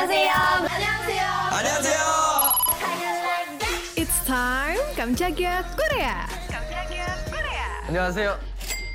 안녕하세요. 안녕하세요. 안녕하세요. It's time 깜짝이야 Korea. 안녕하세요.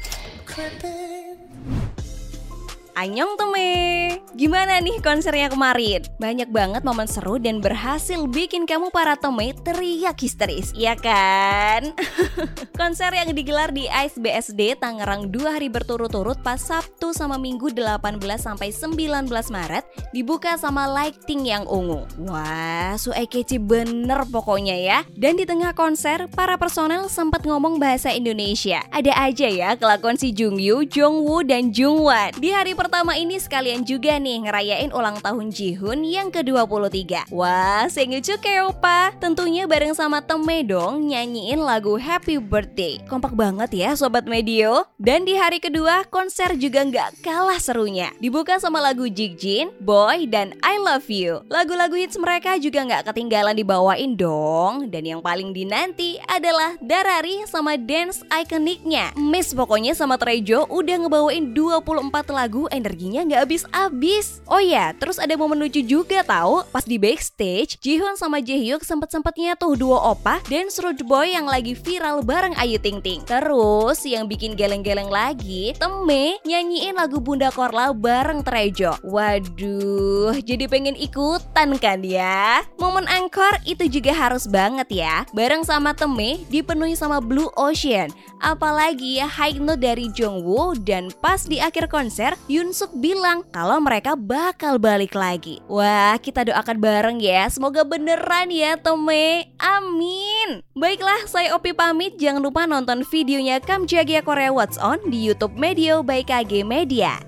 Annyeong teme. Gimana nih konsernya kemarin? Banyak banget momen seru dan berhasil bikin kamu para teme teriak histeris, iya kan? Konser yang digelar di ICE BSD Tangerang 2 hari berturut-turut pas Sabtu sama Minggu 18 sampai 19 Maret dibuka sama lighting yang ungu. Wah, kece bener pokoknya ya. Dan di tengah konser, para personel sempat ngomong bahasa Indonesia. Ada aja ya kelakuan si Jungyu, Jongwoo, dan Jungwan. Di hari pertama ini sekalian juga nih ngerayain ulang tahun Jihoon yang ke-23. Wah, 생일 opa. Tentunya bareng sama Teme dong nyanyiin lagu Happy Birthday. Kompak banget ya Sobat Medio. Dan di hari kedua, konser juga nggak kalah serunya. Dibuka sama lagu Jigjin, Boy, dan I Love You. Lagu-lagu hits mereka juga nggak ketinggalan dibawain dong. Dan yang paling dinanti adalah Darari sama dance ikoniknya. Miss pokoknya sama Trejo udah ngebawain 24 lagu, energinya nggak habis-habis. Oh ya, terus ada momen lucu juga tahu. Pas di backstage, Jihoon sama Jaehyuk sempet-sempetnya tuh duo opa dance Rude Boy yang lagi viral bareng Ayu Ting Ting. Terus yang bikin geleng-geleng lagi, Teme nyanyiin lagu Bunda Korla bareng Trejo. Waduh, jadi pengen ikutan kan ya. Momen angkor itu juga harus banget ya. Bareng sama Teme dipenuhi sama Blue Ocean. Apalagi ya high note dari Jongwoo, dan pas di akhir konser Yoonsuk bilang kalau mereka bakal balik lagi. Wah, kita doakan bareng ya, semoga beneran ya Teme. Amin. Baiklah, saya Opi pamit. Jangan lupa nonton videonya Kamjagia Korea What's On di YouTube Medio by KG Media.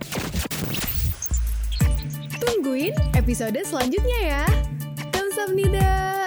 Tungguin episode selanjutnya ya. Kamsahamnida.